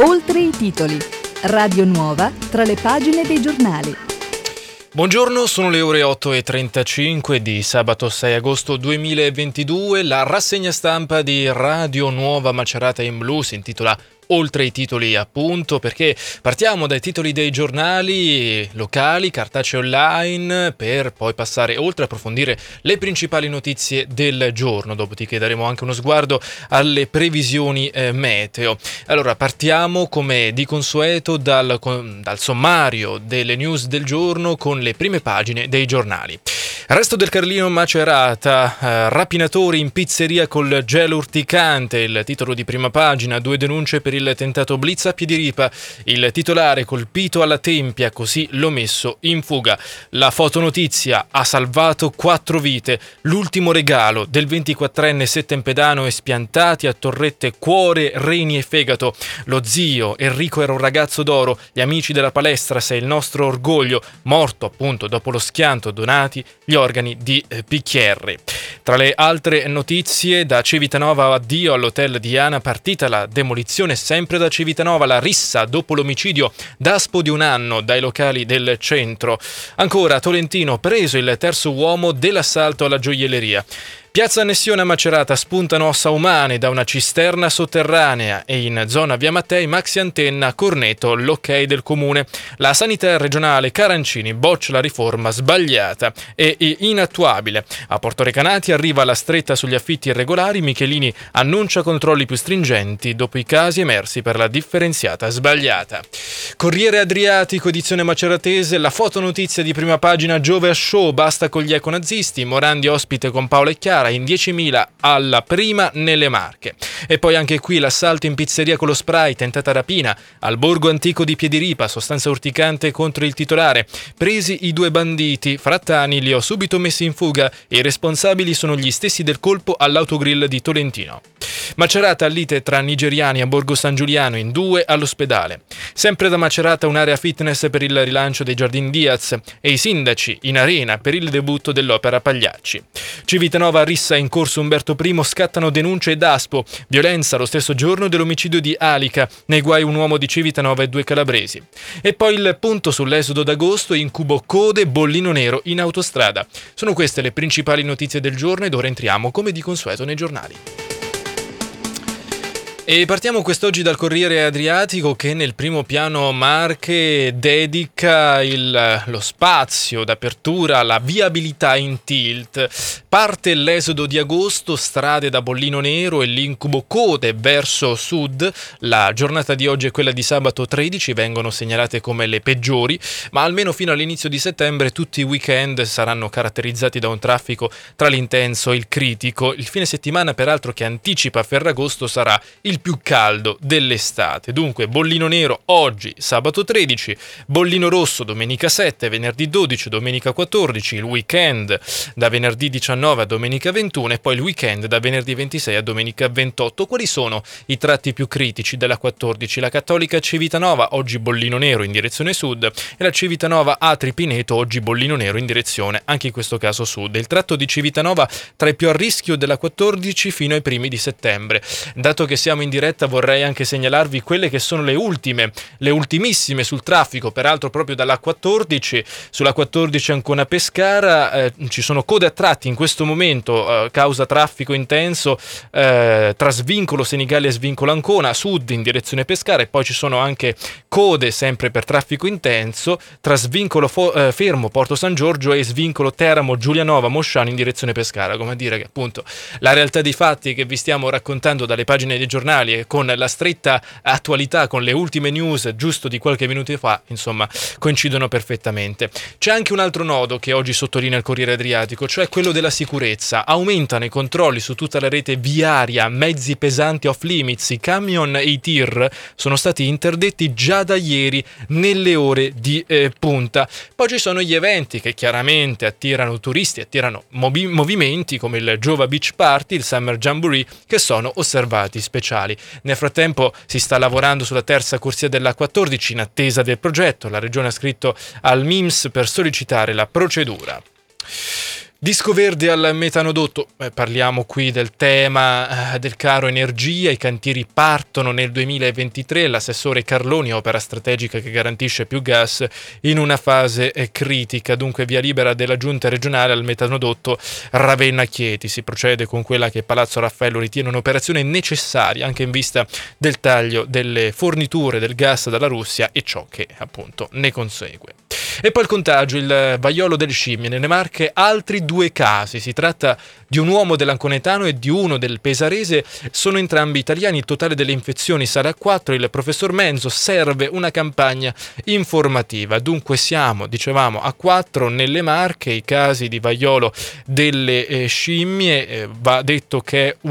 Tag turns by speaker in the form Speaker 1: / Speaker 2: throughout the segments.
Speaker 1: Oltre i titoli. Radio Nuova tra le pagine dei giornali.
Speaker 2: Buongiorno, sono le ore 8:35 di sabato 6 agosto 2022. La rassegna stampa di Radio Nuova Macerata in Blu si intitola Oltre i titoli, appunto, perché partiamo dai titoli dei giornali locali, cartacei online, per poi passare oltre a approfondire le principali notizie del giorno. Dopodiché daremo anche uno sguardo alle previsioni meteo. Allora, partiamo come di consueto dal sommario delle news del giorno con le prime pagine dei giornali. Resto del Carlino Macerata, rapinatori in pizzeria col gelo urticante, il titolo di prima pagina, 2 denunce per il tentato blitz a Piediripa, il titolare colpito alla tempia, così l'ho messo in fuga. La fotonotizia ha salvato 4 vite, l'ultimo regalo del 24enne settempedano espiantati a torrette cuore, reni e fegato. Lo zio Enrico era un ragazzo d'oro, gli amici della palestra sei il nostro orgoglio, morto appunto dopo lo schianto, donati gli organi di Picchierri. Tra le altre notizie, da Civitanova addio all'hotel Diana, partita la demolizione sempre da Civitanova, la rissa dopo l'omicidio d'Aspo di 1 anno dai locali del centro. Ancora Tolentino, preso il terzo uomo dell'assalto alla gioielleria. Piazza Annessione a Macerata, spuntano ossa umane da una cisterna sotterranea e in zona Via Mattei maxi antenna Corneto, l'ok del comune. La sanità regionale Carancini boccia la riforma sbagliata e inattuabile. A Porto Recanati arriva la stretta sugli affitti irregolari, Michelini annuncia controlli più stringenti dopo i casi emersi per la differenziata sbagliata. Corriere Adriatico, edizione maceratese, la fotonotizia di prima pagina, Giove a show, basta con gli econazisti, Morandi ospite con Paola e Chiara, in 10.000 alla prima nelle Marche. E poi anche qui l'assalto in pizzeria con lo spray, tentata rapina al borgo antico di Piediripa, sostanza urticante contro il titolare. Presi i 2 banditi, Frattani li ho subito messi in fuga e i responsabili sono gli stessi del colpo all'autogrill di Tolentino. Macerata lite tra nigeriani a Borgo San Giuliano, in 2 all'ospedale. Sempre da Macerata un'area fitness per il rilancio dei Giardini Diaz e i sindaci in arena per il debutto dell'opera Pagliacci. Civitanova rissa in corso Umberto I, scattano denunce d'Aspo, violenza lo stesso giorno dell'omicidio di Alica, nei guai un uomo di Civitanova e 2 calabresi. E poi il punto sull'esodo d'agosto, incubo code, bollino nero in autostrada. Sono queste le principali notizie del giorno ed ora entriamo come di consueto nei giornali. E partiamo quest'oggi dal Corriere Adriatico, che nel primo piano Marche dedica lo spazio d'apertura alla viabilità in tilt. Parte l'esodo di agosto, strade da bollino nero e l'incubo code verso sud. La giornata di oggi e quella di sabato 13 vengono segnalate come le peggiori, ma almeno fino all'inizio di settembre tutti i weekend saranno caratterizzati da un traffico tra l'intenso e il critico. Il fine settimana, peraltro, che anticipa Ferragosto, sarà il più caldo dell'estate. Dunque bollino nero oggi, sabato 13, bollino rosso domenica 7, venerdì 12, domenica 14, il weekend da venerdì 19 a domenica 21 e poi il weekend da venerdì 26 a domenica 28. Quali sono i tratti più critici della 14? La Cattolica Civitanova, oggi bollino nero in direzione sud, e la Civitanova Atri Pineto, oggi bollino nero in direzione, anche in questo caso sud. Il tratto di Civitanova tra i più a rischio della 14 fino ai primi di settembre. Dato che siamo in diretta, vorrei anche segnalarvi quelle che sono le ultimissime sul traffico, peraltro proprio dalla 14. Sulla 14 Ancona-Pescara ci sono code a tratti in questo momento, causa traffico intenso tra svincolo Senigallia e svincolo Ancona, sud in direzione Pescara, e poi ci sono anche code sempre per traffico intenso tra svincolo Fermo Porto San Giorgio e svincolo Teramo Giulianova Mosciano in direzione Pescara, come a dire che appunto la realtà dei fatti che vi stiamo raccontando dalle pagine dei giornali e con la stretta attualità, con le ultime news giusto di qualche minuto fa, insomma, coincidono perfettamente. C'è anche un altro nodo che oggi sottolinea il Corriere Adriatico, cioè quello della sicurezza. Aumentano i controlli su tutta la rete viaria, mezzi pesanti off limits, i camion e i tir sono stati interdetti già da ieri nelle ore di punta. Poi ci sono gli eventi che chiaramente attirano turisti, attirano movimenti come il Giova Beach Party, il Summer Jamboree, che sono osservati speciali. Nel frattempo si sta lavorando sulla terza corsia della 14 in attesa del progetto. La regione ha scritto al MIMS per sollecitare la procedura. Disco verde al metanodotto, parliamo qui del tema del caro energia, i cantieri partono nel 2023, l'assessore Carloni, opera strategica che garantisce più gas in una fase critica, dunque via libera della giunta regionale al metanodotto Ravenna-Chieti, si procede con quella che Palazzo Raffaello ritiene un'operazione necessaria anche in vista del taglio delle forniture del gas dalla Russia e ciò che appunto ne consegue. E poi il contagio, il vaiolo delle scimmie, nelle Marche altri 2 casi, si tratta di un uomo dell'Anconetano e di uno del Pesarese, sono entrambi italiani, il totale delle infezioni sale a 4, il professor Menzo serve una campagna informativa, dunque siamo, dicevamo, a 4 nelle Marche, i casi di vaiolo delle scimmie, va detto che è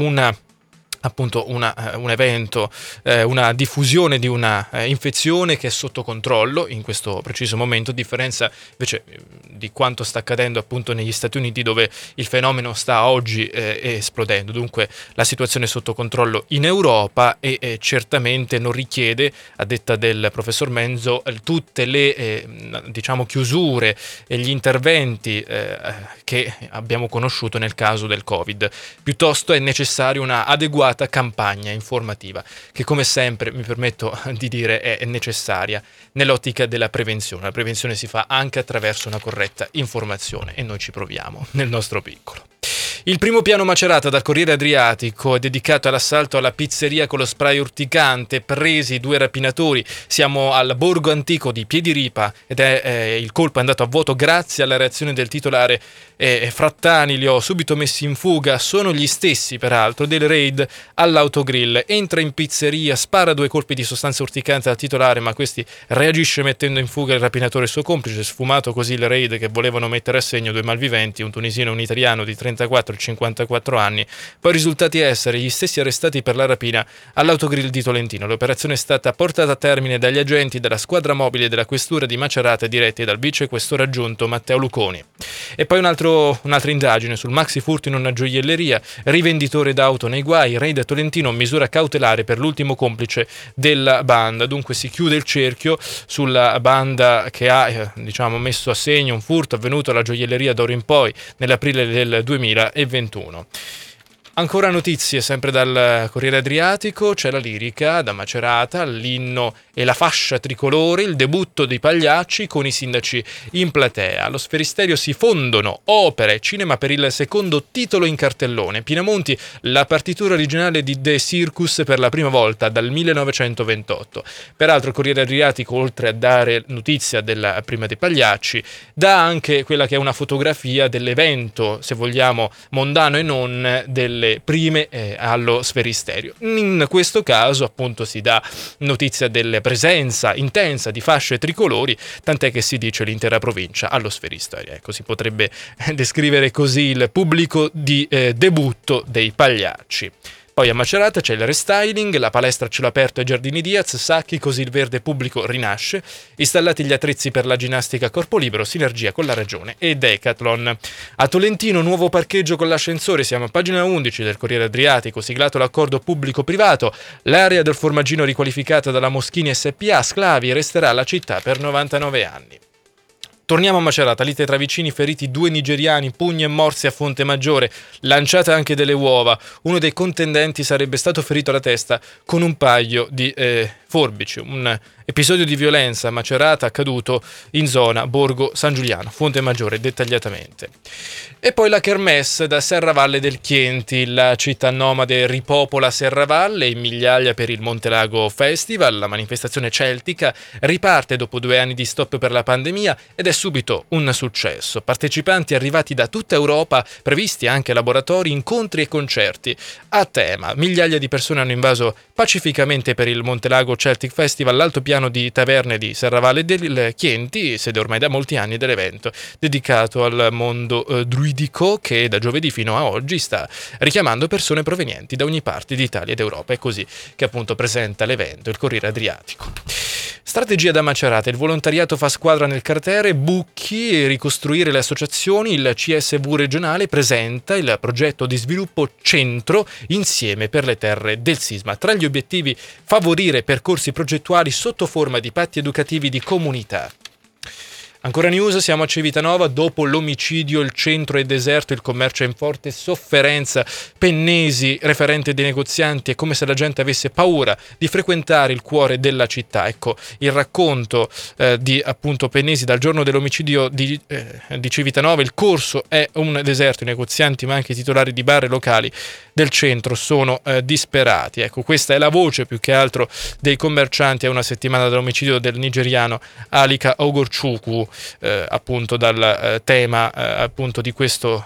Speaker 2: un evento, una diffusione di una infezione che è sotto controllo in questo preciso momento, a differenza invece di quanto sta accadendo appunto negli Stati Uniti, dove il fenomeno sta oggi esplodendo. Dunque la situazione è sotto controllo in Europa e certamente non richiede, a detta del professor Menzo, tutte le chiusure e gli interventi che abbiamo conosciuto nel caso del Covid. Piuttosto è necessaria una adeguata campagna informativa che, come sempre, mi permetto di dire, è necessaria nell'ottica della prevenzione. La prevenzione si fa anche attraverso una corretta informazione e noi ci proviamo nel nostro piccolo. Il primo piano Macerata dal Corriere Adriatico è dedicato all'assalto alla pizzeria con lo spray urticante, presi 2 rapinatori. Siamo al borgo antico di Piediripa ed è il colpo è andato a vuoto grazie alla reazione del titolare Frattani. Li ho subito messi in fuga, sono gli stessi peraltro del raid all'autogrill. Entra in pizzeria, spara 2 colpi di sostanza urticante al titolare, ma questi reagisce mettendo in fuga il rapinatore e il suo complice, sfumato così il raid che volevano mettere a segno 2 malviventi, un tunisino e un italiano di 34 e 54 anni, poi risultati essere gli stessi arrestati per la rapina all'autogrill di Tolentino. L'operazione è stata portata a termine dagli agenti della squadra mobile della questura di Macerata diretti dal vice questore aggiunto Matteo Luconi. E poi un'altra indagine sul maxi furto in una gioielleria, rivenditore d'auto nei guai, raid a Tolentino, misura cautelare per l'ultimo complice della banda. Dunque si chiude il cerchio sulla banda che ha messo a segno un furto avvenuto alla gioielleria d'Oro in Poi nell'aprile del 2021. Ancora notizie sempre dal Corriere Adriatico, c'è la lirica da Macerata, l'inno e la fascia tricolore, il debutto dei Pagliacci con i sindaci in platea. Allo Sferisterio si fondono opera e cinema per il secondo titolo in cartellone. Pinamonti, la partitura originale di The Circus per la prima volta dal 1928. Peraltro il Corriere Adriatico, oltre a dare notizia della prima dei Pagliacci, dà anche quella che è una fotografia dell'evento, se vogliamo, mondano e non, delle prime allo Sferisterio. In questo caso appunto si dà notizia della presenza intensa di fasce tricolori, tant'è che si dice l'intera provincia allo Sferisterio. Ecco, si potrebbe descrivere così il pubblico di debutto dei Pagliacci. Poi a Macerata c'è il restyling, la palestra a cielo aperto ai Giardini Diaz, Sacchi, così il verde pubblico rinasce, installati gli attrezzi per la ginnastica a corpo libero, sinergia con la Regione e Decathlon. A Tolentino nuovo parcheggio con l'ascensore, siamo a pagina 11 del Corriere Adriatico, siglato l'accordo pubblico-privato, l'area del formaggino riqualificata dalla Moschini SPA, Sclavi, resterà la città per 99 anni. Torniamo a Macerata, lite tra vicini, feriti 2 nigeriani, pugni e morsi a Fonte Maggiore, lanciate anche delle uova. Uno dei contendenti sarebbe stato ferito alla testa con un paio di forbici. Un episodio di violenza a Macerata accaduto in zona Borgo San Giuliano, Fonte Maggiore dettagliatamente. E poi la Kermesse da Serravalle del Chienti, la città nomade ripopola Serravalle, in migliaia per il Montelago Festival, la manifestazione celtica riparte dopo 2 anni di stop per la pandemia ed è subito un successo. Partecipanti arrivati da tutta Europa, previsti anche laboratori, incontri e concerti a tema. Migliaia di persone hanno invaso pacificamente per il Montelago Celtic Festival l'altopiano di Taverne di Serravalle del Chienti, sede ormai da molti anni dell'evento dedicato al mondo druidico che da giovedì fino a oggi sta richiamando persone provenienti da ogni parte d'Italia ed Europa. È così che appunto presenta l'evento il Corriere Adriatico. Strategia da Macerata, il volontariato fa squadra nel cratere, Bucchi e ricostruire le associazioni, il CSV regionale presenta il progetto di sviluppo Centro Insieme per le terre del sisma. Tra gli obiettivi favorire percorsi progettuali sotto forma di patti educativi di comunità. Ancora news, siamo a Civitanova, dopo l'omicidio il centro è deserto, il commercio è in forte sofferenza. Pennesi, referente dei negozianti, è come se la gente avesse paura di frequentare il cuore della città. Ecco il racconto di appunto Pennesi dal giorno dell'omicidio di Civitanova. Il corso è un deserto, i negozianti ma anche i titolari di bar e locali del centro sono disperati. Ecco, questa è la voce più che altro dei commercianti a una settimana dall'omicidio del nigeriano Alika Ogorchukwu, appunto dal tema appunto di questo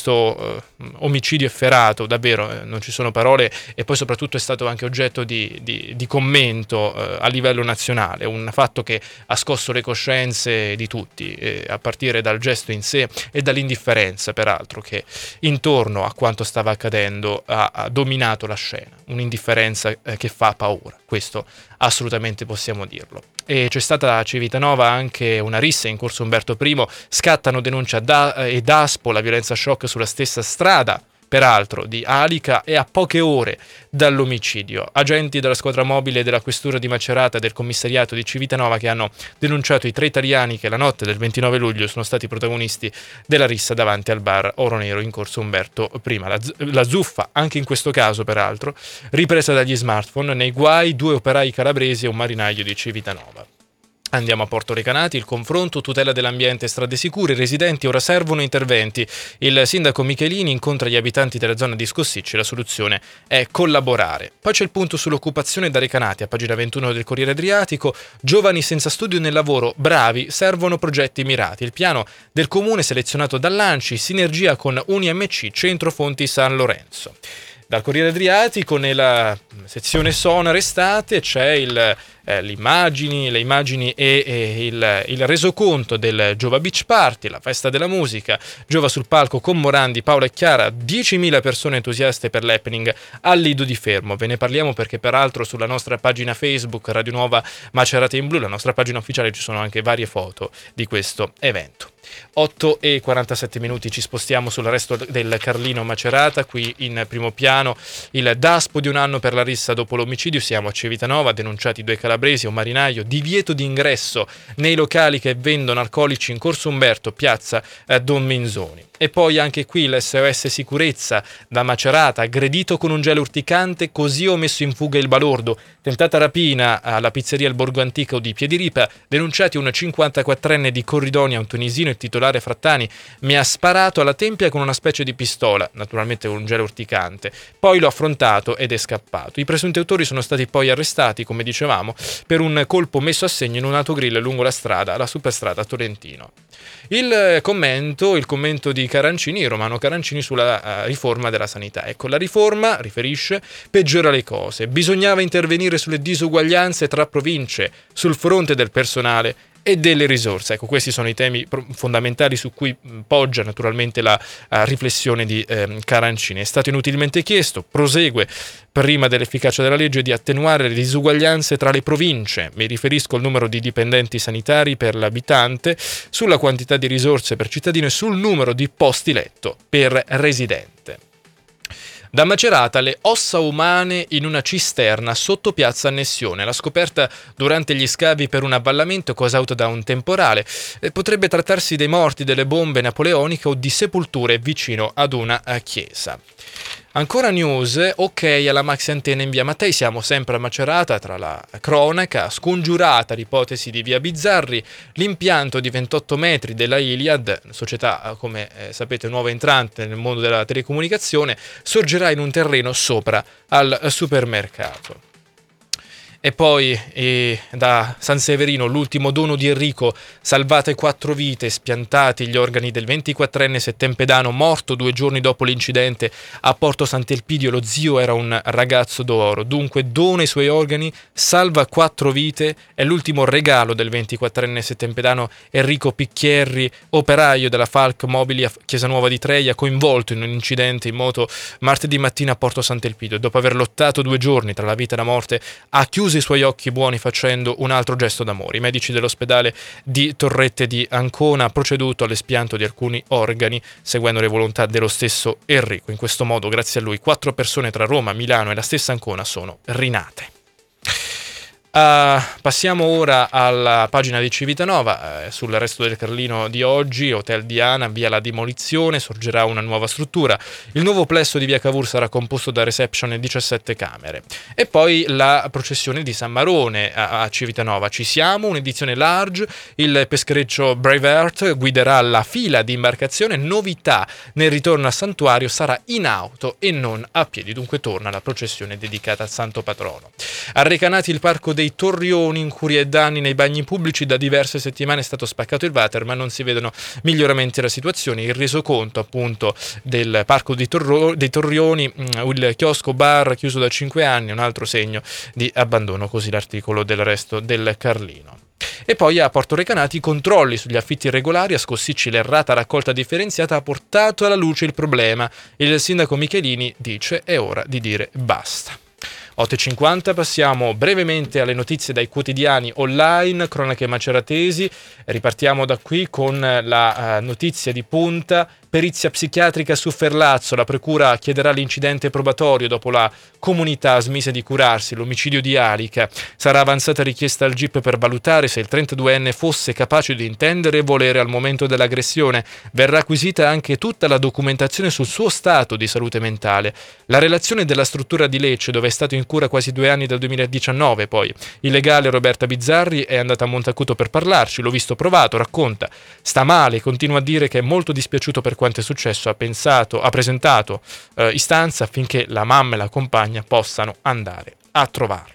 Speaker 2: omicidio efferato. Davvero non ci sono parole, e poi soprattutto è stato anche oggetto di commento a livello nazionale, un fatto che ha scosso le coscienze di tutti, a partire dal gesto in sé e dall'indifferenza peraltro che intorno a quanto stava accadendo ha dominato la scena, un'indifferenza che fa paura, questo assolutamente possiamo dirlo. E c'è stata a Civitanova anche una rissa in corso Umberto I, scattano denuncia e Daspo, la violenza shock sulla stessa strada peraltro di Alika, e a poche ore dall'omicidio. Agenti della squadra mobile della questura di Macerata e del commissariato di Civitanova che hanno denunciato i 3 italiani che la notte del 29 luglio sono stati protagonisti della rissa davanti al bar Oro Nero in corso Umberto I. La zuffa, anche in questo caso peraltro, ripresa dagli smartphone, nei guai 2 operai calabresi e un marinaio di Civitanova. Andiamo a Porto Recanati, il confronto, tutela dell'ambiente, strade sicure, i residenti ora servono interventi. Il sindaco Michelini incontra gli abitanti della zona di Scossicci, la soluzione è collaborare. Poi c'è il punto sull'occupazione da Recanati, a pagina 21 del Corriere Adriatico, giovani senza studio nel lavoro, bravi, servono progetti mirati. Il piano del comune selezionato dall'ANCI, sinergia con UniMC, Centro Fonti San Lorenzo. Dal Corriere Adriatico, nella sezione Sonar Estate, c'è le immagini e il resoconto del Giova Beach Party, la festa della musica. Giova sul palco con Morandi, Paola e Chiara, 10.000 persone entusiaste per l'happening al Lido di Fermo. Ve ne parliamo perché peraltro sulla nostra pagina Facebook Radio Nuova Macerata in Blu, la nostra pagina ufficiale, ci sono anche varie foto di questo evento. 8:47 ci spostiamo sul resto del Carlino Macerata. Qui in primo piano il Daspo di 1 anno per la rissa dopo l'omicidio. Siamo a Civitanova, denunciati 2 calabresi e un marinaio, divieto di ingresso nei locali che vendono alcolici in corso Umberto, piazza Don Minzoni. E poi anche qui l'SOS Sicurezza da Macerata, aggredito con un gelo urticante, così ho messo in fuga il balordo. Tentata rapina alla pizzeria Il Borgo Antico di Piediripa, denunciati un 54enne di Corridonia, un tunisino, il titolare Frattani, mi ha sparato alla tempia con una specie di pistola, naturalmente con un gelo urticante. Poi l'ho affrontato ed è scappato. I presunti autori sono stati poi arrestati, come dicevamo, per un colpo messo a segno in un autogrill lungo la superstrada Tolentino. Il commento di Carancini, Romano Carancini, sulla riforma della sanità. Ecco, la riforma, riferisce, peggiora le cose. Bisognava intervenire sulle disuguaglianze tra province, sul fronte del personale e delle risorse. Ecco, questi sono i temi fondamentali su cui poggia naturalmente la riflessione di Carancini. È stato inutilmente chiesto, prosegue, prima dell'efficacia della legge, di attenuare le disuguaglianze tra le province. Mi riferisco al numero di dipendenti sanitari per l'abitante, sulla quantità di risorse per cittadino e sul numero di posti letto per residente. Da Macerata, le ossa umane in una cisterna sotto piazza Annessione. La scoperta durante gli scavi per un avvallamento causato da un temporale. Potrebbe trattarsi dei morti delle bombe napoleoniche o di sepolture vicino ad una chiesa. Ancora news, ok alla maxi antenna in via Mattei, siamo sempre a Macerata, tra la cronaca, scongiurata l'ipotesi di via Bizzarri, l'impianto di 28 metri della Iliad, società come sapete nuova entrante nel mondo della telecomunicazione, sorgerà in un terreno sopra al supermercato. E poi da San Severino, l'ultimo dono di Enrico, salvate 4 vite, spiantati gli organi del 24enne settempedano morto 2 giorni dopo l'incidente a Porto Sant'Elpidio. Lo zio era un ragazzo d'oro, dunque dona i suoi organi, salva 4 vite, è l'ultimo regalo del 24enne settempedano Enrico Picchierri, operaio della Falk Mobili a Chiesa Nuova di Treia, coinvolto in un incidente in moto martedì mattina a Porto Sant'Elpidio. Dopo aver lottato 2 giorni tra la vita e la morte, ha chiuso i suoi occhi buoni facendo un altro gesto d'amore. I medici dell'ospedale di Torrette di Ancona hanno proceduto all'espianto di alcuni organi seguendo le volontà dello stesso Enrico. In questo modo, grazie a lui, 4 persone tra Roma, Milano e la stessa Ancona sono rinate. Passiamo ora alla pagina di Civitanova. Sul resto del Carlino di oggi, Hotel Diana, via la demolizione, sorgerà una nuova struttura. Il nuovo plesso di via Cavour sarà composto da reception e 17 camere. E poi la processione di San Marone a Civitanova. Ci siamo, un'edizione large, il peschereccio Braveheart guiderà la fila di imbarcazione. Novità nel ritorno al santuario, sarà in auto e non a piedi, dunque torna la processione dedicata al santo patrono. A Recanati il parco dei Torrioni, incuria e danni nei bagni pubblici, da diverse settimane è stato spaccato il water ma non si vedono miglioramenti della situazione. Il resoconto appunto del parco dei Torrioni, il chiosco bar chiuso da 5 anni, un altro segno di abbandono, così l'articolo del resto del Carlino. E poi a Porto Recanati i controlli sugli affitti irregolari, a Scosticci l'errata raccolta differenziata ha portato alla luce il problema. Il sindaco Michelini dice è ora di dire basta. 8.50, passiamo brevemente alle notizie dai quotidiani online, cronache maceratesi. Ripartiamo da qui con la notizia di punta. Perizia psichiatrica su Ferlazzo, la procura chiederà l'incidente probatorio dopo la comunità smise di curarsi, l'omicidio di Alica. Sarà avanzata richiesta al GIP per valutare se il 32enne fosse capace di intendere e volere al momento dell'aggressione. Verrà acquisita anche tutta la documentazione sul suo stato di salute mentale. La relazione della struttura di Lecce, dove è stato in cura quasi 2 anni dal 2019, poi. Il legale Roberta Bizzarri è andata a Montacuto per parlarci, l'ho visto provato, racconta. Sta male, continua a dire che è molto dispiaciuto per quanto è successo, ha presentato istanza affinché la mamma e la compagna possano andare a trovarlo.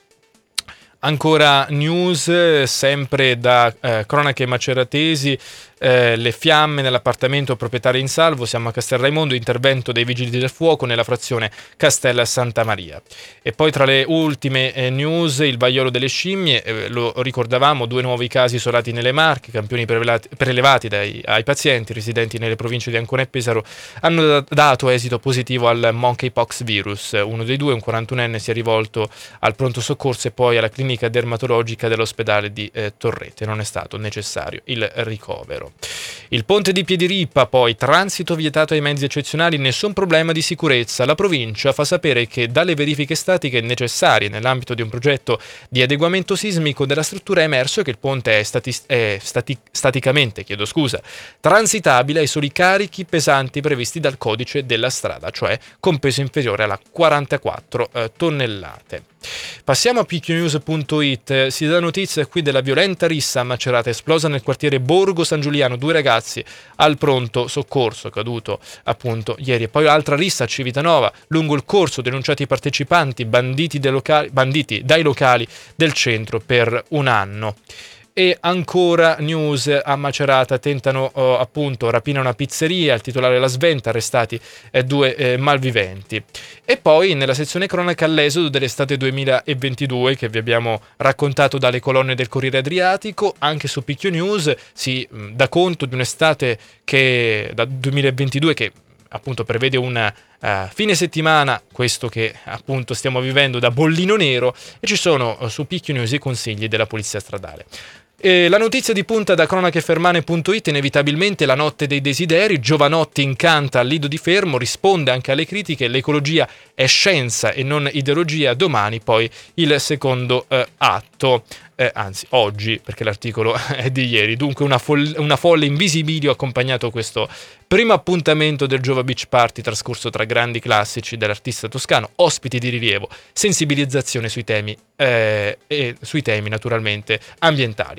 Speaker 2: Ancora news, sempre da cronache maceratesi, le fiamme nell'appartamento proprietario in salvo, siamo a Castelraimondo, intervento dei vigili del fuoco nella frazione Castella Santa Maria. E poi tra le ultime news, il vaiolo delle scimmie, lo ricordavamo, 2 nuovi casi isolati nelle Marche, campioni prelevati ai pazienti residenti nelle province di Ancona e Pesaro hanno dato esito positivo al monkeypox virus. Uno dei 2, un 41enne, si è rivolto al pronto soccorso e poi alla clinica dermatologica dell'ospedale di Torrette. Non è stato necessario il ricovero. Il ponte di Piediripa, poi, transito vietato ai mezzi eccezionali, nessun problema di sicurezza. La provincia fa sapere che dalle verifiche statiche necessarie nell'ambito di un progetto di adeguamento sismico della struttura è emerso che il ponte è staticamente transitabile ai soli carichi pesanti previsti dal codice della strada, cioè con peso inferiore alla 44 tonnellate. Passiamo a picchionews.it. Si dà notizia qui della violenta rissa a Macerata esplosa nel quartiere Borgo San Giuliano, 2 ragazzi al pronto soccorso, caduto appunto ieri. E poi altra rissa a Civitanova, lungo il corso denunciati i partecipanti banditi dai locali del centro per 1 anno. E ancora news a Macerata, tentano appunto rapina una pizzeria, il titolare la sventa, arrestati 2 malviventi. E poi nella sezione cronaca l'esodo dell'estate 2022 che vi abbiamo raccontato dalle colonne del Corriere Adriatico, anche su Picchio News si dà conto di un'estate che da 2022 che appunto prevede un fine settimana, questo che appunto stiamo vivendo da bollino nero, e ci sono su Picchio News i consigli della polizia stradale. La notizia di punta da cronachefermane.it, inevitabilmente la notte dei desideri, Giovanotti incanta al Lido di Fermo, risponde anche alle critiche, l'ecologia è scienza e non ideologia, domani poi il secondo atto. Anzi oggi, perché l'articolo è di ieri, dunque una folle in visibilio ha accompagnato questo primo appuntamento del Giova Beach Party trascorso tra grandi classici dell'artista toscano, ospiti di rilievo, sensibilizzazione sui temi e sui temi naturalmente ambientali.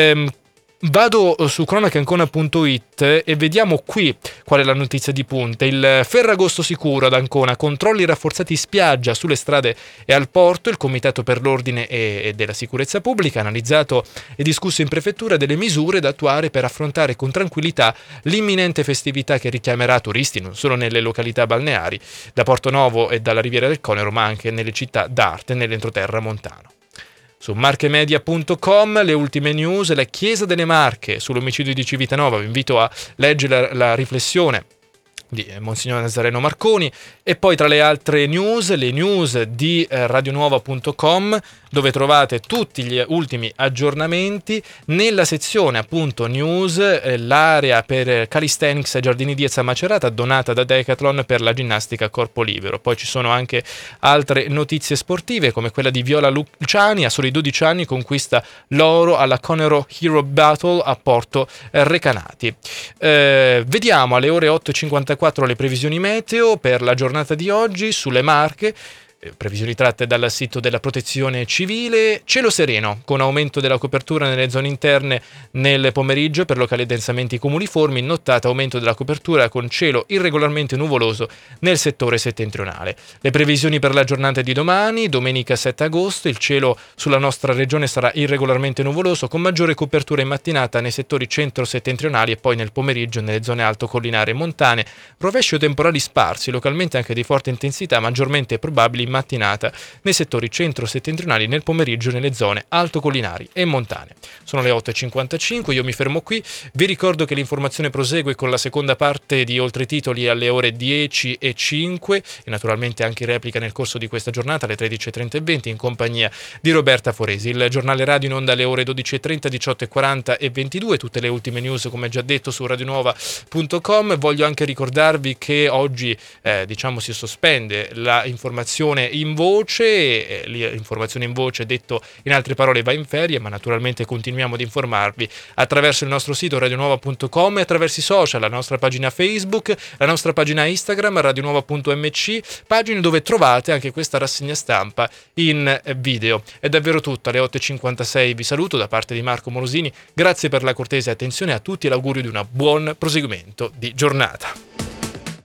Speaker 2: Vado su cronacheancona.it e vediamo qui qual è la notizia di punta. Il Ferragosto sicuro ad Ancona, controlli rafforzati in spiaggia, sulle strade e al porto. Il Comitato per l'Ordine e della Sicurezza Pubblica ha analizzato e discusso in prefettura delle misure da attuare per affrontare con tranquillità l'imminente festività che richiamerà turisti non solo nelle località balneari da Porto Novo e dalla Riviera del Conero, ma anche nelle città d'arte e nell'entroterra montano. Su marchemedia.com le ultime news, la Chiesa delle Marche sull'omicidio di Civitanova. Vi invito a leggere la riflessione di Monsignor Nazareno Marconi. E poi tra le altre news, le news di radionuova.com, dove trovate tutti gli ultimi aggiornamenti. Nella sezione appunto news, l'area per calisthenics ai Giardini Diez a Macerata donata da Decathlon per la ginnastica a corpo libero. Poi ci sono anche altre notizie sportive, come quella di Viola Luciani, a soli 12 anni conquista l'oro alla Conero Hero Battle a Porto Recanati. Vediamo alle ore 8:54 le previsioni meteo per la giornata di oggi sulle Marche. Previsioni tratte dal sito della Protezione Civile. Cielo sereno con aumento della copertura nelle zone interne nel pomeriggio per locali densamenti cumuliformi, in nottata aumento della copertura con cielo irregolarmente nuvoloso nel settore settentrionale. Le previsioni per la giornata di domani, domenica 7 agosto, il cielo sulla nostra regione sarà irregolarmente nuvoloso con maggiore copertura in mattinata nei settori centro-settentrionali e poi nel pomeriggio nelle zone alto-collinari e montane, rovesci o temporali sparsi, localmente anche di forte intensità, maggiormente probabili in mattinata nei settori centro-settentrionali, nel pomeriggio nelle zone altocollinari e montane. Sono le 8:55, io mi fermo qui. Vi ricordo che l'informazione prosegue con la seconda parte di Oltre i Titoli alle ore 10:05 e naturalmente anche in replica nel corso di questa giornata alle 13:30 e 20 in compagnia di Roberta Foresi. Il giornale radio in onda alle ore 12:30, 18:40 e 22, tutte le ultime news come già detto su radionuova.com. Voglio anche ricordarvi che oggi si sospende la informazione in voce, l'informazione in voce detto in altre parole va in ferie, ma naturalmente continuiamo ad informarvi attraverso il nostro sito radionuova.com e attraverso i social, la nostra pagina Facebook, la nostra pagina Instagram radionuova.mc, pagine dove trovate anche questa rassegna stampa in video. È davvero tutto, alle 8:56 vi saluto da parte di Marco Morosini, grazie per la cortese attenzione a tutti e l'augurio di un buon proseguimento di giornata.